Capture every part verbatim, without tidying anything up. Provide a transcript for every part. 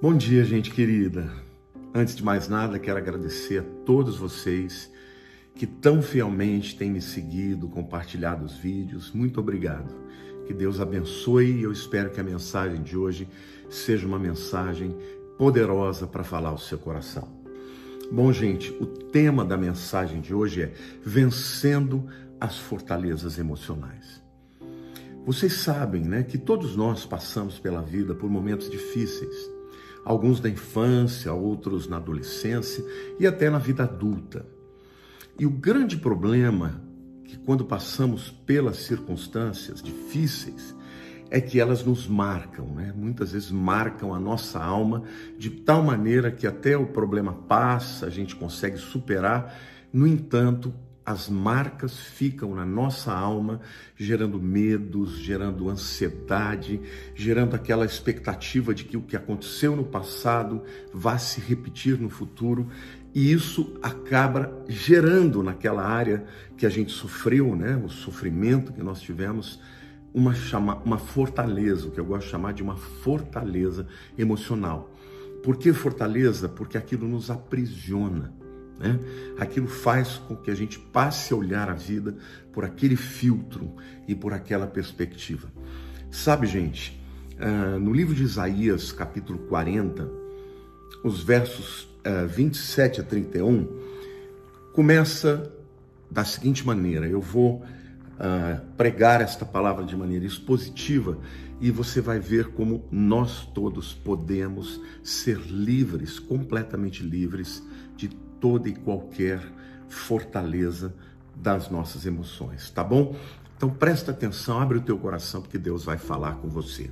Bom dia, gente querida. Antes de mais nada, quero agradecer a todos vocês que tão fielmente têm me seguido, compartilhado os vídeos. Muito obrigado. Que Deus abençoe e eu espero que a mensagem de hoje seja uma mensagem poderosa para falar ao seu coração. Bom, gente, o tema da mensagem de hoje é vencendo as fortalezas emocionais. Vocês sabem, né, que todos nós passamos pela vida por momentos difíceis. Alguns na infância, outros na adolescência e até na vida adulta. E o grande problema é que quando passamos pelas circunstâncias difíceis é que elas nos marcam, né? Muitas vezes marcam a nossa alma de tal maneira que até o problema passa, a gente consegue superar. No entanto, as marcas ficam na nossa alma, gerando medos, gerando ansiedade, gerando aquela expectativa de que o que aconteceu no passado vá se repetir no futuro, e isso acaba gerando naquela área que a gente sofreu, né, o sofrimento que nós tivemos, uma, chama, uma fortaleza, o que eu gosto de chamar de uma fortaleza emocional. Por que fortaleza? Porque aquilo nos aprisiona. Né? Aquilo faz com que a gente passe a olhar a vida por aquele filtro e por aquela perspectiva. Sabe, gente, uh, no livro de Isaías, capítulo quarenta, os versos uh, vinte e sete a trinta e um, começa da seguinte maneira. Eu vou uh, pregar esta palavra de maneira expositiva e você vai ver como nós todos podemos ser livres, completamente livres de toda e qualquer fortaleza das nossas emoções, tá bom? Então presta atenção, abre o teu coração, porque Deus vai falar com você.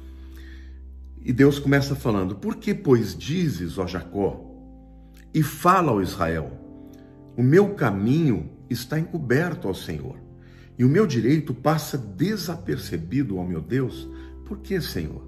E Deus começa falando: por que, pois, dizes, ó Jacó, e fala ao Israel, o meu caminho está encoberto ao Senhor, e o meu direito passa desapercebido ao meu Deus? Por que, Senhor?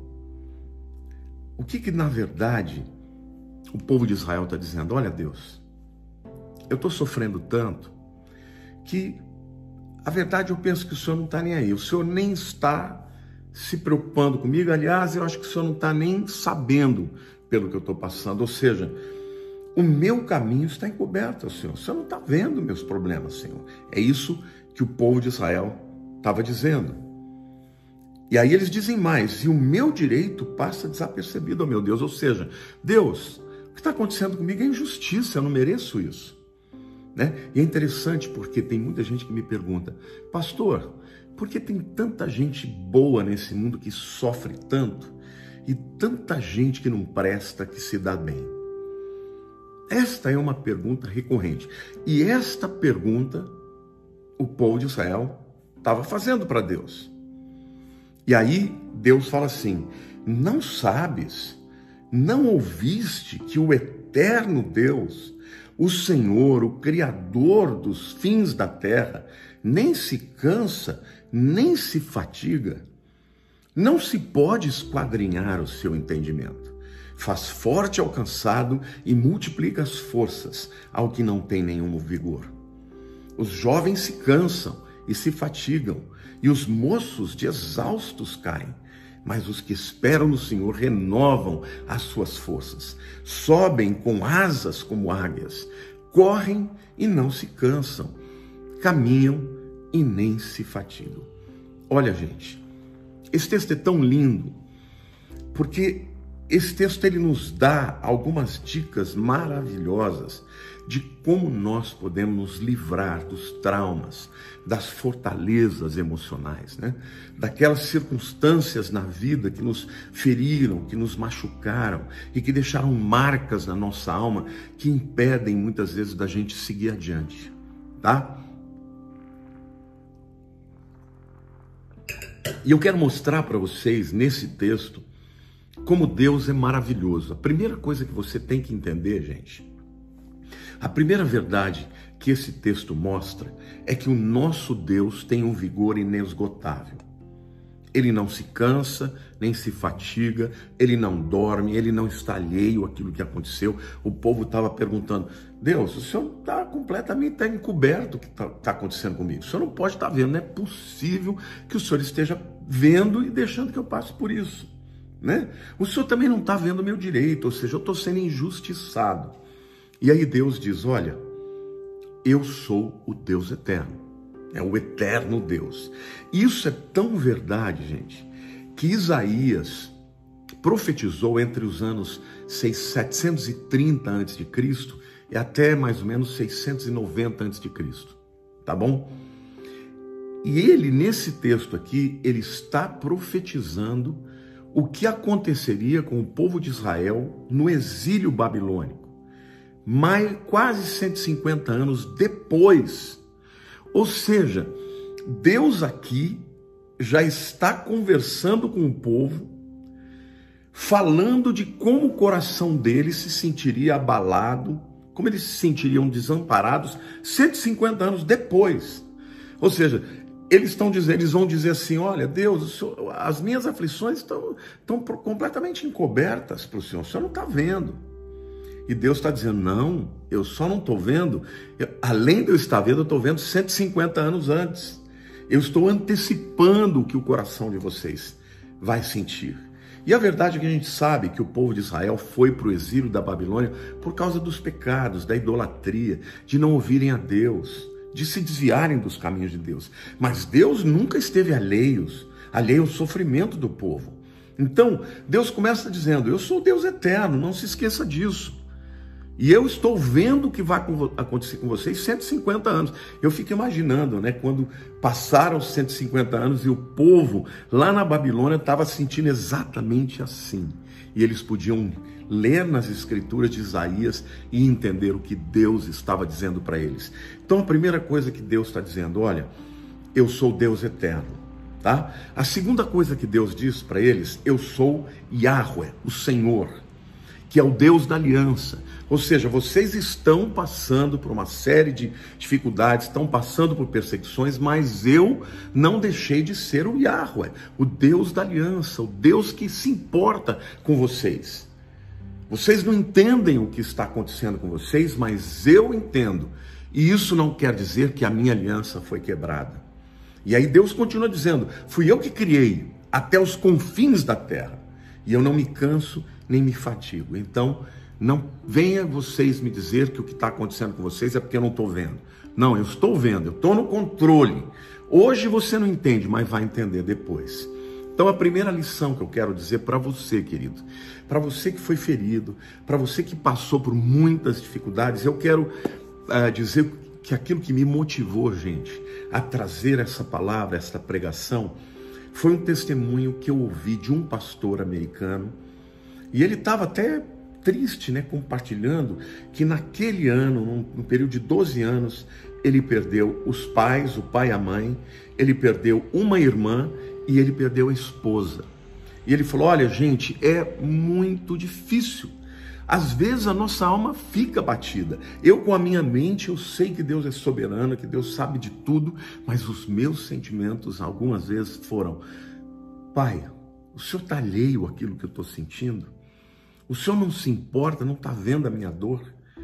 O que que, na verdade, o povo de Israel está dizendo? Olha, Deus, eu estou sofrendo tanto que, a verdade, eu penso que o Senhor não está nem aí. O Senhor nem está se preocupando comigo. Aliás, eu acho que o Senhor não está nem sabendo pelo que eu estou passando. Ou seja, o meu caminho está encoberto ao Senhor. O Senhor não está vendo meus problemas, Senhor. É isso que o povo de Israel estava dizendo. E aí eles dizem mais: e o meu direito passa desapercebido, ó meu Deus. Ou seja, Deus, o que está acontecendo comigo é injustiça, eu não mereço isso. Né? E é interessante porque tem muita gente que me pergunta: pastor, por que tem tanta gente boa nesse mundo que sofre tanto e tanta gente que não presta, que se dá bem? Esta é uma pergunta recorrente. E esta pergunta o povo de Israel estava fazendo para Deus. E aí Deus fala assim: não sabes, não ouviste que o eterno Deus, o Senhor, o Criador dos fins da terra, nem se cansa, nem se fatiga? Não se pode esquadrinhar o seu entendimento. Faz forte ao cansado e multiplica as forças ao que não tem nenhum vigor. Os jovens se cansam e se fatigam, e os moços de exaustos caem. Mas os que esperam no Senhor renovam as suas forças, sobem com asas como águias, correm e não se cansam, caminham e nem se fatigam. Olha, gente, esse texto é tão lindo, porque esse texto ele nos dá algumas dicas maravilhosas de como nós podemos nos livrar dos traumas, das fortalezas emocionais, né? Daquelas circunstâncias na vida que nos feriram, que nos machucaram e que deixaram marcas na nossa alma que impedem muitas vezes da gente seguir adiante, tá? E eu quero mostrar para vocês nesse texto como Deus é maravilhoso. A primeira coisa que você tem que entender, gente, a primeira verdade que esse texto mostra é que o nosso Deus tem um vigor inesgotável. Ele não se cansa, nem se fatiga, ele não dorme, ele não está alheio àquilo que aconteceu. O povo estava perguntando: Deus, o Senhor está completamente tá encoberto o que está tá acontecendo comigo. O Senhor não pode estar vendo, não é possível que o Senhor esteja vendo e deixando que eu passe por isso. né? O Senhor também não está vendo o meu direito, ou seja, eu estou sendo injustiçado. E aí Deus diz, olha, eu sou o Deus eterno, é o eterno Deus. Isso é tão verdade, gente, que Isaías profetizou entre os anos setecentos e trinta antes de Cristo e até mais ou menos seiscentos e noventa antes de Cristo, tá bom? E ele, nesse texto aqui, ele está profetizando o que aconteceria com o povo de Israel no exílio babilônico, mais quase cento e cinquenta anos depois. Ou seja, Deus aqui já está conversando com o povo, falando de como o coração deles se sentiria abalado, como eles se sentiriam desamparados cento e cinquenta anos depois. Ou seja, eles estão dizendo, eles vão dizer assim, olha, Deus, as minhas aflições estão, estão completamente encobertas para o Senhor, o Senhor não está vendo. E Deus está dizendo, não, eu só não estou vendo, eu, além de eu estar vendo, eu estou vendo cento e cinquenta anos antes. Eu estou antecipando o que o coração de vocês vai sentir. E a verdade é que a gente sabe que o povo de Israel foi para o exílio da Babilônia por causa dos pecados, da idolatria, de não ouvirem a Deus, de se desviarem dos caminhos de Deus. Mas Deus nunca esteve alheio, alheio ao sofrimento do povo. Então, Deus começa dizendo, eu sou Deus eterno, não se esqueça disso. E eu estou vendo o que vai acontecer com vocês cento e cinquenta anos. Eu fico imaginando, né, quando passaram os cento e cinquenta anos e o povo lá na Babilônia estava sentindo exatamente assim. E eles podiam ler nas escrituras de Isaías e entender o que Deus estava dizendo para eles. Então a primeira coisa que Deus está dizendo, olha, eu sou Deus eterno, tá? A segunda coisa que Deus diz para eles, eu sou Yahweh, o Senhor, que é o Deus da aliança. Ou seja, vocês estão passando por uma série de dificuldades, estão passando por perseguições, mas eu não deixei de ser o Yahweh, o Deus da aliança, o Deus que se importa com vocês. Vocês não entendem o que está acontecendo com vocês, mas eu entendo. E isso não quer dizer que a minha aliança foi quebrada. E aí Deus continua dizendo, fui eu que criei até os confins da terra. E eu não me canso nem me fatigo. Então, não venha vocês me dizer que o que está acontecendo com vocês é porque eu não estou vendo. Não, eu estou vendo, eu estou no controle. Hoje você não entende, mas vai entender depois. Então a primeira lição que eu quero dizer para você, querido, para você que foi ferido, para você que passou por muitas dificuldades, eu quero uh, dizer que aquilo que me motivou, gente, a trazer essa palavra, essa pregação, foi um testemunho que eu ouvi de um pastor americano, e ele estava até triste, né, compartilhando que naquele ano, num, num período de doze anos, ele perdeu os pais, o pai e a mãe, ele perdeu uma irmã e ele perdeu a esposa. E ele falou, olha gente, é muito difícil. Às vezes a nossa alma fica batida. Eu com a minha mente, eu sei que Deus é soberano, que Deus sabe de tudo, mas os meus sentimentos algumas vezes foram, pai, o Senhor está alheio àquilo que eu estou sentindo? O Senhor não se importa, não está vendo a minha dor?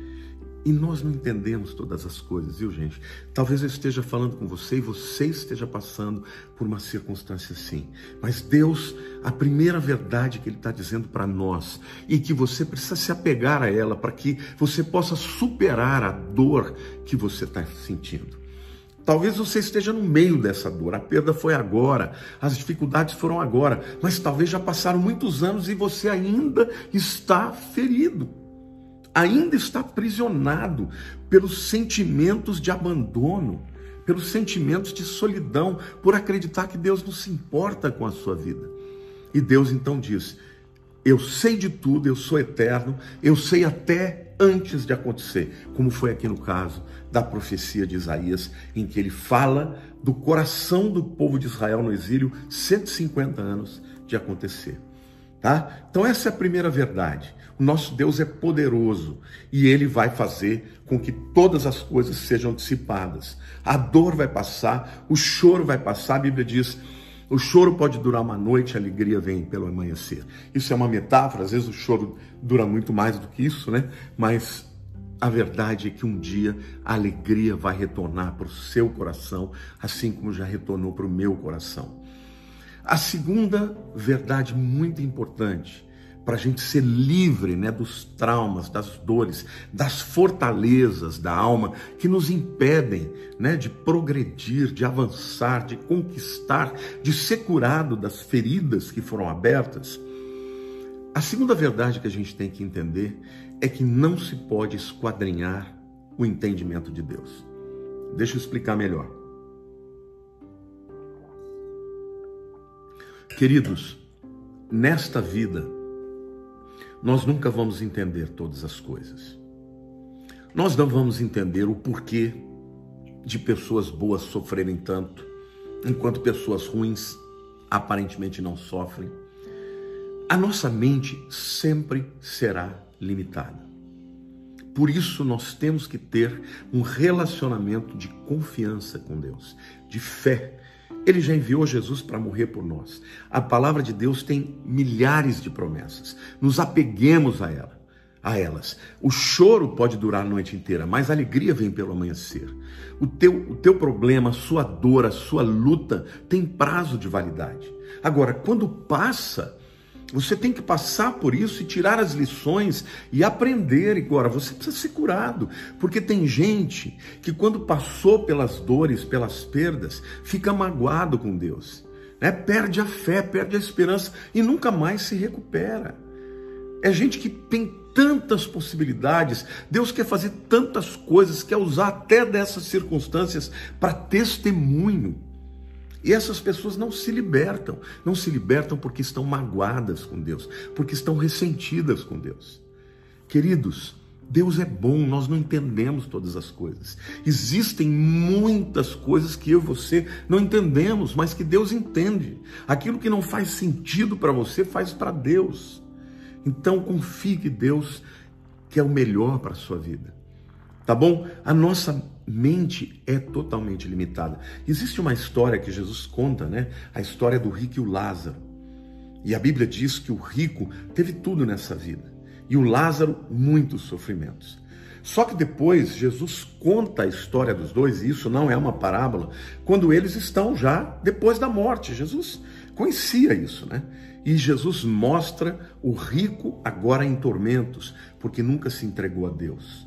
E nós não entendemos todas as coisas, viu gente? Talvez eu esteja falando com você e você esteja passando por uma circunstância assim. Mas Deus, a primeira verdade que Ele está dizendo para nós, e que você precisa se apegar a ela para que você possa superar a dor que você está sentindo. Talvez você esteja no meio dessa dor, a perda foi agora, as dificuldades foram agora, mas talvez já passaram muitos anos e você ainda está ferido, ainda está aprisionado pelos sentimentos de abandono, pelos sentimentos de solidão, por acreditar que Deus não se importa com a sua vida. E Deus então diz, eu sei de tudo, eu sou eterno, eu sei até antes de acontecer, como foi aqui no caso da profecia de Isaías, em que ele fala do coração do povo de Israel no exílio, cento e cinquenta anos de acontecer. Tá? Então essa é a primeira verdade. O nosso Deus é poderoso e Ele vai fazer com que todas as coisas sejam dissipadas. A dor vai passar, o choro vai passar. A Bíblia diz, o choro pode durar uma noite, a alegria vem pelo amanhecer. Isso é uma metáfora, às vezes o choro dura muito mais do que isso, né? Mas a verdade é que um dia a alegria vai retornar para o seu coração, assim como já retornou para o meu coração. A segunda verdade muito importante para a gente ser livre, né, dos traumas, das dores, das fortalezas da alma que nos impedem, né, de progredir, de avançar, de conquistar, de ser curado das feridas que foram abertas. A segunda verdade que a gente tem que entender é que não se pode esquadrinhar o entendimento de Deus. Deixa eu explicar melhor. Queridos, nesta vida, nós nunca vamos entender todas as coisas. Nós não vamos entender o porquê de pessoas boas sofrerem tanto, enquanto pessoas ruins aparentemente não sofrem. A nossa mente sempre será limitada. Por isso nós temos que ter um relacionamento de confiança com Deus, de fé. Ele já enviou Jesus para morrer por nós. A palavra de Deus tem milhares de promessas. Nos apeguemos a ela, a elas. O choro pode durar a noite inteira, mas a alegria vem pelo amanhecer. O teu, o teu problema, a sua dor, a sua luta tem prazo de validade. Agora, quando passa, você tem que passar por isso e tirar as lições e aprender. Agora, você precisa ser curado, porque tem gente que quando passou pelas dores, pelas perdas, fica magoado com Deus, né? Perde a fé, perde a esperança e nunca mais se recupera. É gente que tem tantas possibilidades, Deus quer fazer tantas coisas, quer usar até dessas circunstâncias para testemunho. E essas pessoas não se libertam, não se libertam porque estão magoadas com Deus, porque estão ressentidas com Deus. Queridos, Deus é bom, nós não entendemos todas as coisas. Existem muitas coisas que eu e você não entendemos, mas que Deus entende. Aquilo que não faz sentido para você, faz para Deus. Então confie que Deus quer o melhor para a sua vida. Tá bom? A nossa mente é totalmente limitada. Existe uma história que Jesus conta, né? A história do rico e o Lázaro. E a Bíblia diz que o rico teve tudo nessa vida. E o Lázaro, muitos sofrimentos. Só que depois Jesus conta a história dos dois, e isso não é uma parábola, quando eles estão já depois da morte. Jesus conhecia isso, né? E Jesus mostra o rico agora em tormentos, porque nunca se entregou a Deus.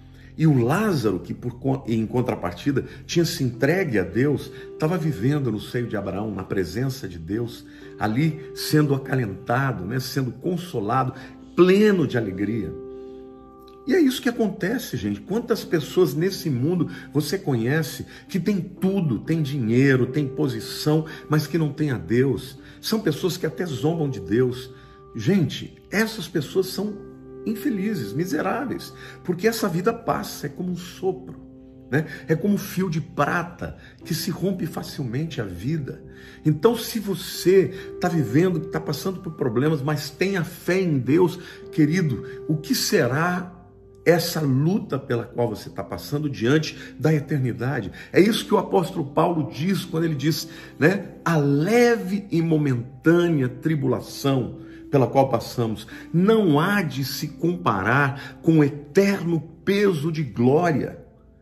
E o Lázaro, que por, em contrapartida tinha se entregue a Deus, estava vivendo no seio de Abraão, na presença de Deus, ali sendo acalentado, né, sendo consolado, pleno de alegria. E é isso que acontece, gente. Quantas pessoas nesse mundo você conhece que tem tudo, tem dinheiro, tem posição, mas que não tem a Deus? São pessoas que até zombam de Deus. Gente, essas pessoas são infelizes, miseráveis, porque essa vida passa, é como um sopro, né? É como um fio de prata que se rompe facilmente a vida. Então, se você está vivendo, está passando por problemas, mas tem a fé em Deus, querido, o que será essa luta pela qual você está passando diante da eternidade? É isso que o apóstolo Paulo diz quando ele diz, né? A leve e momentânea tribulação pela qual passamos não há de se comparar com o eterno peso de glória.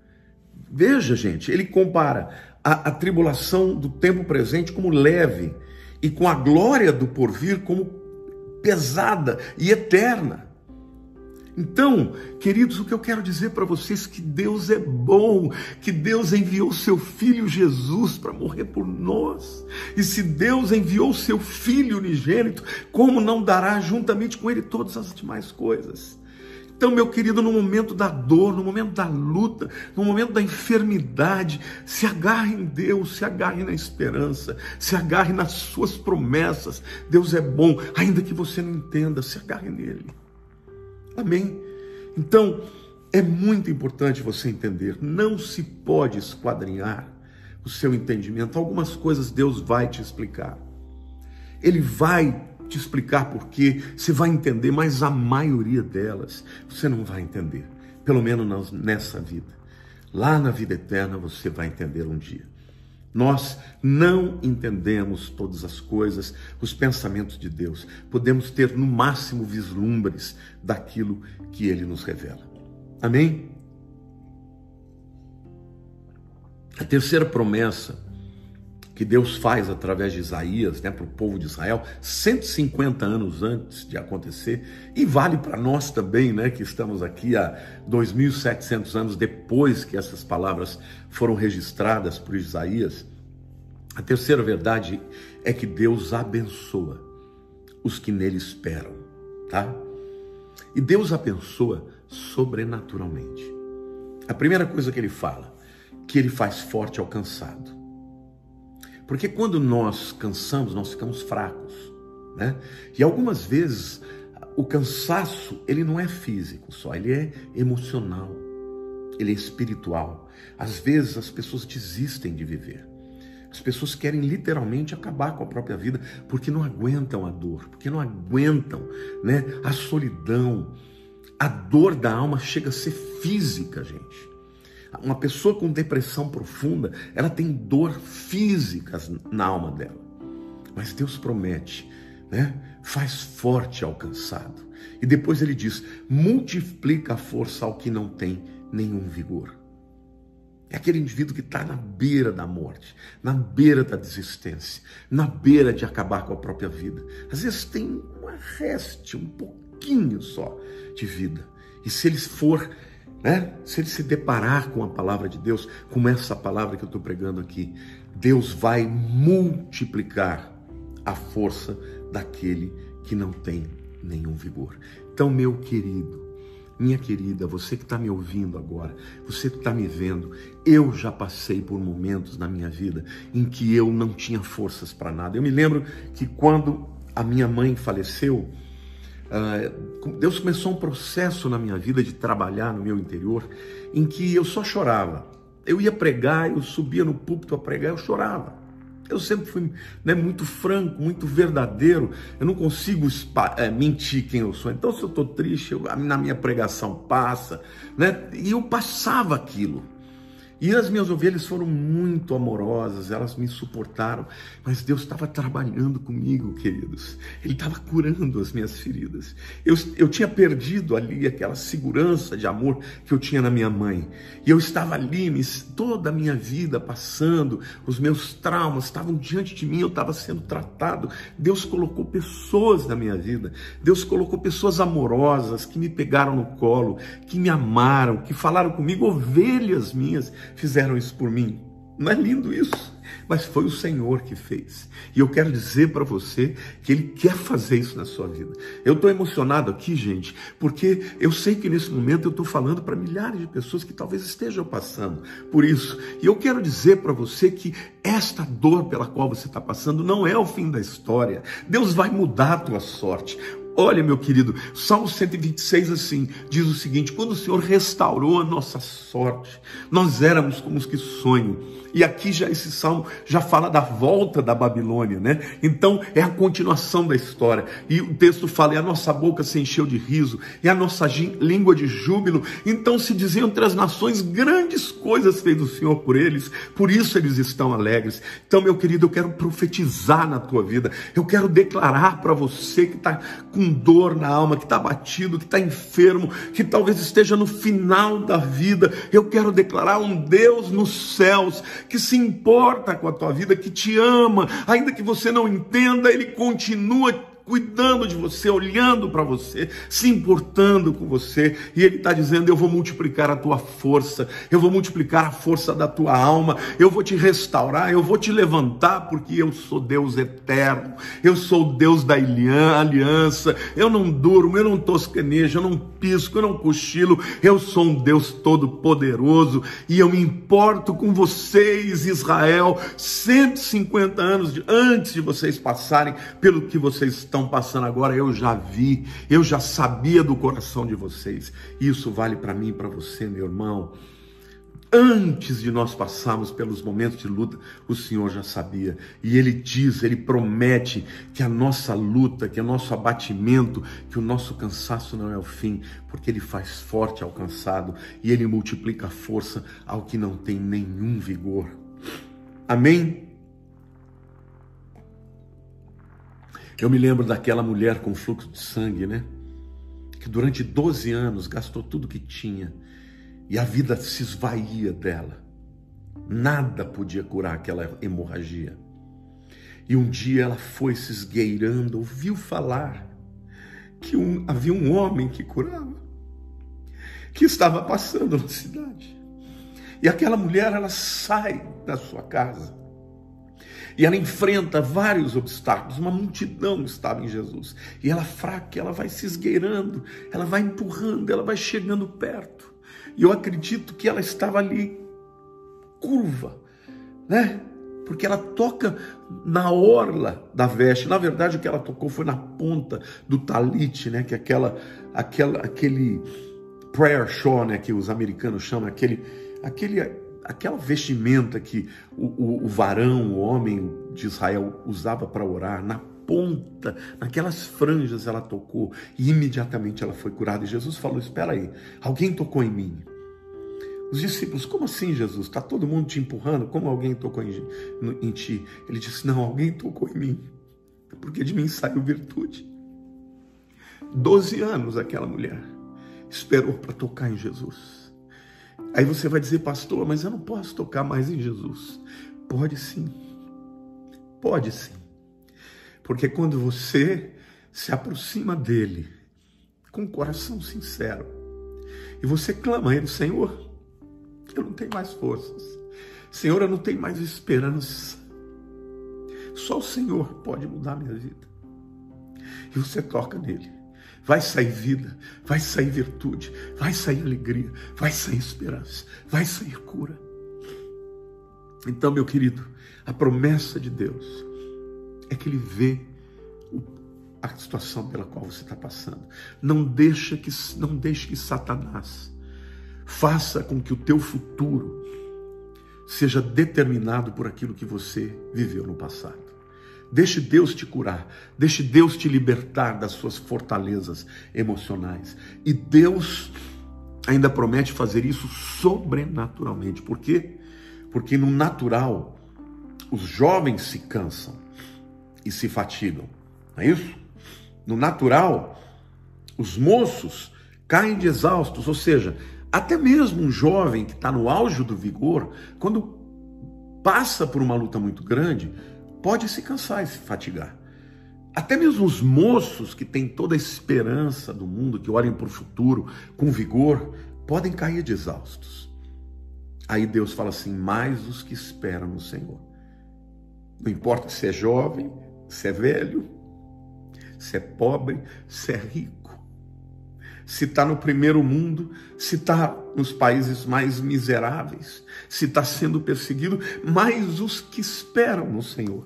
Veja, gente, ele compara a, a tribulação do tempo presente como leve e com a glória do porvir como pesada e eterna. Então, queridos, o que eu quero dizer para vocês é que Deus é bom, que Deus enviou o seu Filho Jesus para morrer por nós. E se Deus enviou o seu Filho unigênito, como não dará juntamente com ele todas as demais coisas? Então, meu querido, no momento da dor, no momento da luta, no momento da enfermidade, se agarre em Deus, se agarre na esperança, se agarre nas suas promessas. Deus é bom, ainda que você não entenda, se agarre nele. Amém? Então, é muito importante você entender, não se pode esquadrinhar o seu entendimento. Algumas coisas Deus vai te explicar. Ele vai te explicar porque você vai entender, mas a maioria delas você não vai entender, pelo menos nessa vida. Lá na vida eterna você vai entender um dia. Nós não entendemos todas as coisas, os pensamentos de Deus. Podemos ter no máximo vislumbres daquilo que Ele nos revela. Amém? A terceira promessa que que Deus faz através de Isaías, né, para o povo de Israel, cento e cinquenta anos antes de acontecer, e vale para nós também, né, que estamos aqui há dois mil e setecentos anos depois que essas palavras foram registradas por Isaías. A terceira verdade é que Deus abençoa os que nele esperam, tá? E Deus abençoa sobrenaturalmente. A primeira coisa que ele fala, que ele faz forte ao cansado. Porque quando nós cansamos, nós ficamos fracos, né? E algumas vezes o cansaço, ele não é físico só, ele é emocional, ele é espiritual. Às vezes as pessoas desistem de viver. As pessoas querem literalmente acabar com a própria vida porque não aguentam a dor, porque não aguentam, né, a solidão. A dor da alma chega a ser física, gente. Uma pessoa com depressão profunda, ela tem dor física na alma dela. Mas Deus promete, né, faz forte ao cansado. E depois ele diz, multiplica a força ao que não tem nenhum vigor. É aquele indivíduo que está na beira da morte, na beira da desistência, na beira de acabar com a própria vida. Às vezes tem uma reste, um pouquinho só de vida. E se ele for, né, se ele se deparar com a palavra de Deus, como essa palavra que eu estou pregando aqui, Deus vai multiplicar a força daquele que não tem nenhum vigor. Então, meu querido, minha querida, você que está me ouvindo agora, você que está me vendo, eu já passei por momentos na minha vida em que eu não tinha forças para nada. Eu me lembro que quando a minha mãe faleceu, Deus começou um processo na minha vida de trabalhar no meu interior, em que eu só chorava. Eu ia pregar, eu subia no púlpito a pregar, eu chorava. Eu sempre fui, né, muito franco, muito verdadeiro. Eu não consigo é, mentir quem eu sou. Então, se eu estou triste, eu, na minha pregação passa, né? E eu passava aquilo. E as minhas ovelhas foram muito amorosas, elas me suportaram, mas Deus estava trabalhando comigo, queridos. Ele estava curando as minhas feridas. Eu, eu tinha perdido ali aquela segurança de amor que eu tinha na minha mãe. E eu estava ali, toda a minha vida passando, os meus traumas estavam diante de mim, eu estava sendo tratado. Deus colocou pessoas na minha vida, Deus colocou pessoas amorosas que me pegaram no colo, que me amaram, que falaram comigo, ovelhas minhas, fizeram isso por mim. Não é lindo isso? Mas foi o Senhor que fez. E eu quero dizer para você que Ele quer fazer isso na sua vida. Eu estou emocionado aqui, gente, porque eu sei que nesse momento eu estou falando para milhares de pessoas que talvez estejam passando por isso. E eu quero dizer para você que esta dor pela qual você está passando não é o fim da história. Deus vai mudar a tua sorte. Olha, meu querido, Salmo cento e vinte e seis assim, diz o seguinte: quando o Senhor restaurou a nossa sorte, nós éramos como os que sonham. E aqui já esse salmo já fala da volta da Babilônia, né? Então é a continuação da história. E o texto fala, e a nossa boca se encheu de riso, e a nossa língua de júbilo. Então se diziam entre as nações, grandes coisas fez o Senhor por eles, por isso eles estão alegres. Então, meu querido, eu quero profetizar na tua vida. Eu quero declarar para você que está com dor na alma, que está abatido, que está enfermo, que talvez esteja no final da vida. Eu quero declarar um Deus nos céus que se importa com a tua vida, que te ama, ainda que você não entenda, Ele continua cuidando de você, olhando para você, se importando com você, e Ele está dizendo, eu vou multiplicar a tua força, eu vou multiplicar a força da tua alma, eu vou te restaurar, eu vou te levantar, porque eu sou Deus eterno, eu sou o Deus da aliança, eu não durmo, eu não tosquenejo, eu não pisco, eu não cochilo, eu sou um Deus todo poderoso, e eu me importo com vocês, Israel, cento e cinquenta anos de, antes de vocês passarem pelo que vocês estão passando agora, eu já vi, eu já sabia do coração de vocês. Isso vale para mim e para você, meu irmão. Antes de nós passarmos pelos momentos de luta, o Senhor já sabia. E Ele diz, Ele promete que a nossa luta, que o nosso abatimento, que o nosso cansaço não é o fim, porque Ele faz forte ao cansado e Ele multiplica a força ao que não tem nenhum vigor. Amém? Eu me lembro daquela mulher com fluxo de sangue, né? Que durante doze anos gastou tudo que tinha e a vida se esvaía dela. Nada podia curar aquela hemorragia. E um dia ela foi se esgueirando, ouviu falar que um, havia um homem que curava, que estava passando na cidade. E aquela mulher, ela sai da sua casa e ela enfrenta vários obstáculos. Uma multidão estava em Jesus. E ela fraca, ela vai se esgueirando, ela vai empurrando, ela vai chegando perto. E eu acredito que ela estava ali, curva, né? Porque ela toca na orla da veste. Na verdade, o que ela tocou foi na ponta do talite, né? Que é aquela, aquela, aquele prayer shawl, né? Que os americanos chamam, aquele, aquele, aquela vestimenta que o, o, o varão, o homem de Israel usava para orar. Na ponta, naquelas franjas ela tocou e imediatamente ela foi curada. E Jesus falou: espera aí, alguém tocou em mim. Os discípulos: como assim, Jesus? Está todo mundo te empurrando? Como alguém tocou em, em ti? Ele disse: não, alguém tocou em mim, porque de mim saiu virtude. Doze anos aquela mulher esperou para tocar em Jesus. Aí você vai dizer: pastor, mas eu não posso tocar mais em Jesus. Pode sim, pode sim. Porque quando você se aproxima dele com um coração sincero e você clama a ele: Senhor, eu não tenho mais forças. Senhor, eu não tenho mais esperança. Só o Senhor pode mudar a minha vida. E você toca nele. Vai sair vida, vai sair virtude, vai sair alegria, vai sair esperança, vai sair cura. Então, meu querido, a promessa de Deus é que Ele vê a situação pela qual você está passando. Não deixa que, não deixe que Satanás faça com que o teu futuro seja determinado por aquilo que você viveu no passado. Deixe Deus te curar, deixe Deus te libertar das suas fortalezas emocionais. E Deus ainda promete fazer isso sobrenaturalmente. Por quê? Porque no natural, os jovens se cansam e se fatigam, não é isso? No natural, os moços caem de exaustos, ou seja, até mesmo um jovem que está no auge do vigor, quando passa por uma luta muito grande, pode se cansar e se fatigar. Até mesmo os moços que têm toda a esperança do mundo, que olham para o futuro com vigor, podem cair de exaustos. Aí Deus fala assim: mais os que esperam no Senhor. Não importa se é jovem, se é velho, se é pobre, se é rico, se está no primeiro mundo, se está nos países mais miseráveis, se está sendo perseguido, mas os que esperam no Senhor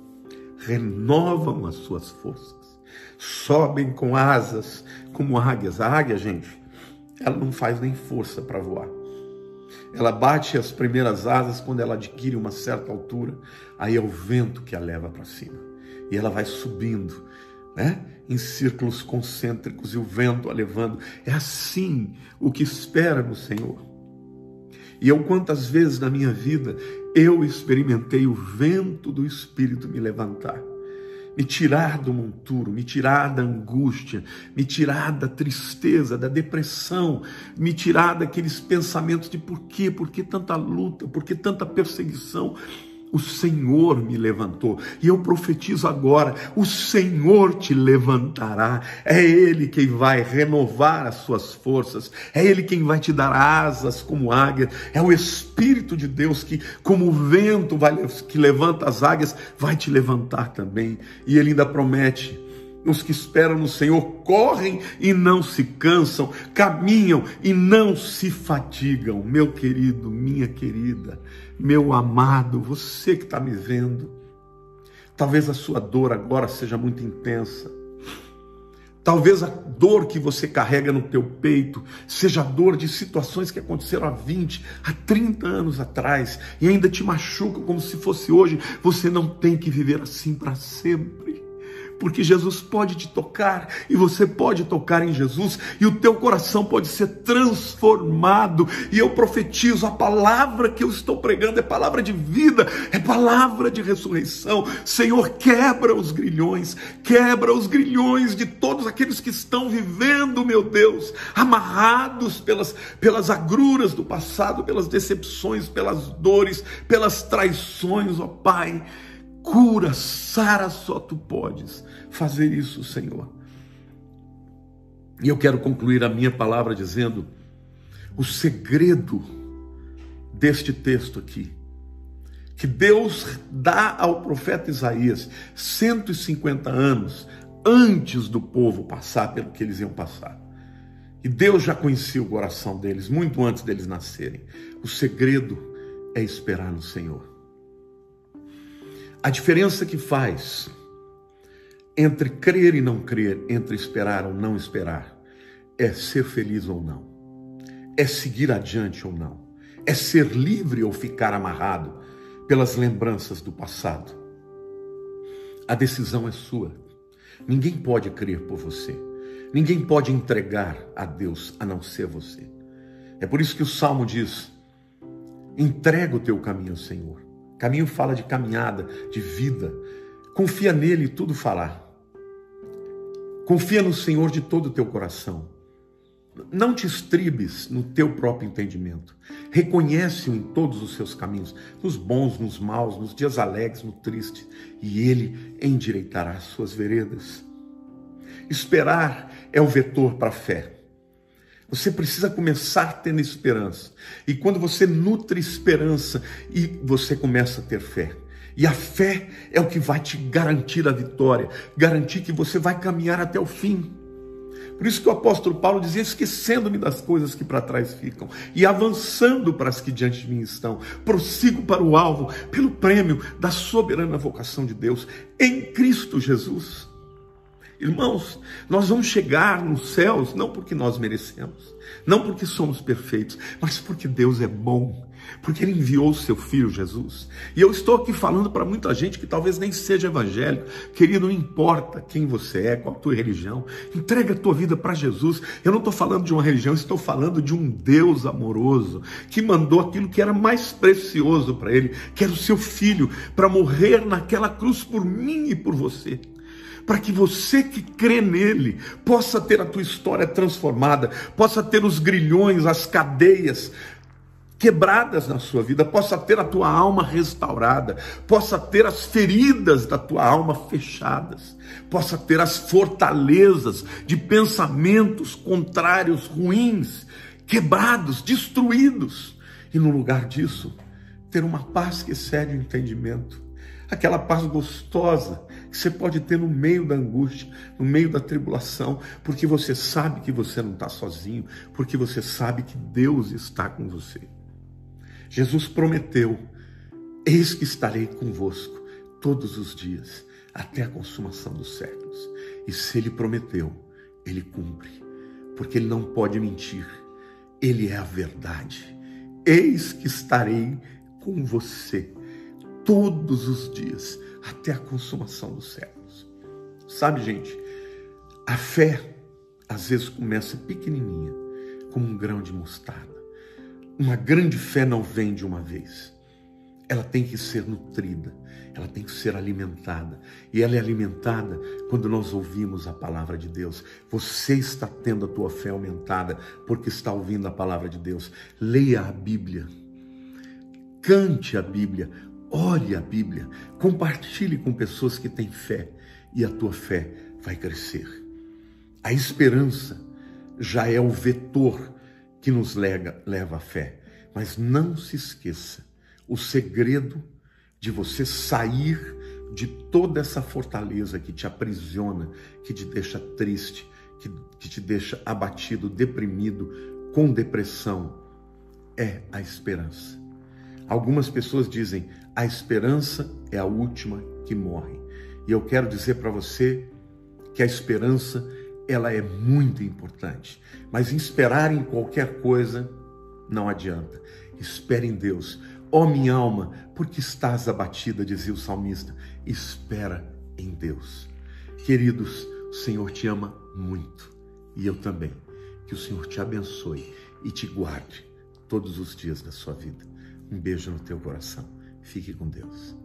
renovam as suas forças, sobem com asas como águias. A águia, gente, ela não faz nem força para voar. Ela bate as primeiras asas quando ela adquire uma certa altura, aí é o vento que a leva para cima. E ela vai subindo, né? Em círculos concêntricos, e o vento a levando. É assim o que espera no Senhor. E eu, quantas vezes na minha vida, eu experimentei o vento do Espírito me levantar, me tirar do monturo, me tirar da angústia, me tirar da tristeza, da depressão, me tirar daqueles pensamentos de por quê, por que tanta luta, por que tanta perseguição. O Senhor me levantou, e eu profetizo agora: o Senhor te levantará. É Ele quem vai renovar as suas forças, é Ele quem vai te dar asas como águia. É o Espírito de Deus que, como o vento vai, que levanta as águias, vai te levantar também. E Ele ainda promete: os que esperam no Senhor correm e não se cansam, caminham e não se fatigam. Meu querido, minha querida, meu amado, você que está me vendo, talvez a sua dor agora seja muito intensa. Talvez a dor que você carrega no teu peito seja a dor de situações que aconteceram há vinte, há trinta anos atrás e ainda te machucam como se fosse hoje. Você não tem que viver assim para sempre. Porque Jesus pode te tocar, e você pode tocar em Jesus, e o teu coração pode ser transformado. E eu profetizo: a palavra que eu estou pregando é palavra de vida, é palavra de ressurreição. Senhor, quebra os grilhões, quebra os grilhões de todos aqueles que estão vivendo, meu Deus, amarrados pelas, pelas agruras do passado, pelas decepções, pelas dores, pelas traições, ó Pai. cura, sara, só tu podes fazer isso, Senhor. E eu quero concluir a minha palavra dizendo: o segredo deste texto aqui, que Deus dá ao profeta Isaías cento e cinquenta anos antes do povo passar pelo que eles iam passar. E Deus já conhecia o coração deles, muito antes deles nascerem. O segredo é esperar no Senhor. A diferença que faz entre crer e não crer, entre esperar ou não esperar, é ser feliz ou não, é seguir adiante ou não, é ser livre ou ficar amarrado pelas lembranças do passado. A decisão é sua. Ninguém pode crer por você. Ninguém pode entregar a Deus a não ser você. É por isso que o Salmo diz: entrega o teu caminho ao Senhor. Caminho fala de caminhada, de vida. Confia nele e tudo fará. Confia no Senhor de todo o teu coração. Não te estribes no teu próprio entendimento. Reconhece-o em todos os seus caminhos, nos bons, nos maus, nos dias alegres, no triste, e ele endireitará as suas veredas. Esperar é o vetor para a fé. Você precisa começar tendo esperança. E quando você nutre esperança, e você começa a ter fé. E a fé é o que vai te garantir a vitória, garantir que você vai caminhar até o fim. Por isso que o apóstolo Paulo dizia: esquecendo-me das coisas que para trás ficam e avançando para as que diante de mim estão, prossigo para o alvo, pelo prêmio da soberana vocação de Deus em Cristo Jesus. Irmãos, nós vamos chegar nos céus não porque nós merecemos, não porque somos perfeitos, mas porque Deus é bom, porque Ele enviou o seu Filho Jesus. E eu estou aqui falando para muita gente que talvez nem seja evangélico. Querido, não importa quem você é, qual a tua religião, entrega a tua vida para Jesus. Eu não estou falando de uma religião, estou falando de um Deus amoroso, que mandou aquilo que era mais precioso para Ele, que era o seu Filho, para morrer naquela cruz por mim e por você. Para que você que crê nele possa ter a tua história transformada, possa ter os grilhões, as cadeias quebradas na sua vida, possa ter a tua alma restaurada, possa ter as feridas da tua alma fechadas, possa ter as fortalezas de pensamentos contrários, ruins, quebrados, destruídos, e no lugar disso, ter uma paz que excede o entendimento, aquela paz gostosa que você pode ter no meio da angústia, no meio da tribulação, porque você sabe que você não está sozinho, porque você sabe que Deus está com você. Jesus prometeu: eis que estarei convosco todos os dias, até a consumação dos séculos. E se Ele prometeu, Ele cumpre, porque Ele não pode mentir, Ele é a verdade. Eis que estarei com você todos os dias, até a consumação dos séculos. Sabe, gente, a fé às vezes começa pequenininha, como um grão de mostarda. Uma grande fé não vem de uma vez. Ela tem que ser nutrida, ela tem que ser alimentada. E ela é alimentada quando nós ouvimos a palavra de Deus. Você está tendo a tua fé aumentada porque está ouvindo a palavra de Deus. Leia a Bíblia, cante a Bíblia, olhe a Bíblia, compartilhe com pessoas que têm fé e a tua fé vai crescer. A esperança já é o vetor que nos lega, leva à fé. Mas não se esqueça, o segredo de você sair de toda essa fortaleza que te aprisiona, que te deixa triste, que, que te deixa abatido, deprimido, com depressão, é a esperança. Algumas pessoas dizem: a esperança é a última que morre. E eu quero dizer para você que a esperança, ela é muito importante. Mas esperar em qualquer coisa não adianta. Espere em Deus. Ó minha alma, porque estás abatida, dizia o salmista. Espera em Deus. Queridos, o Senhor te ama muito. E eu também. Que o Senhor te abençoe e te guarde todos os dias da sua vida. Um beijo no teu coração. Fique com Deus.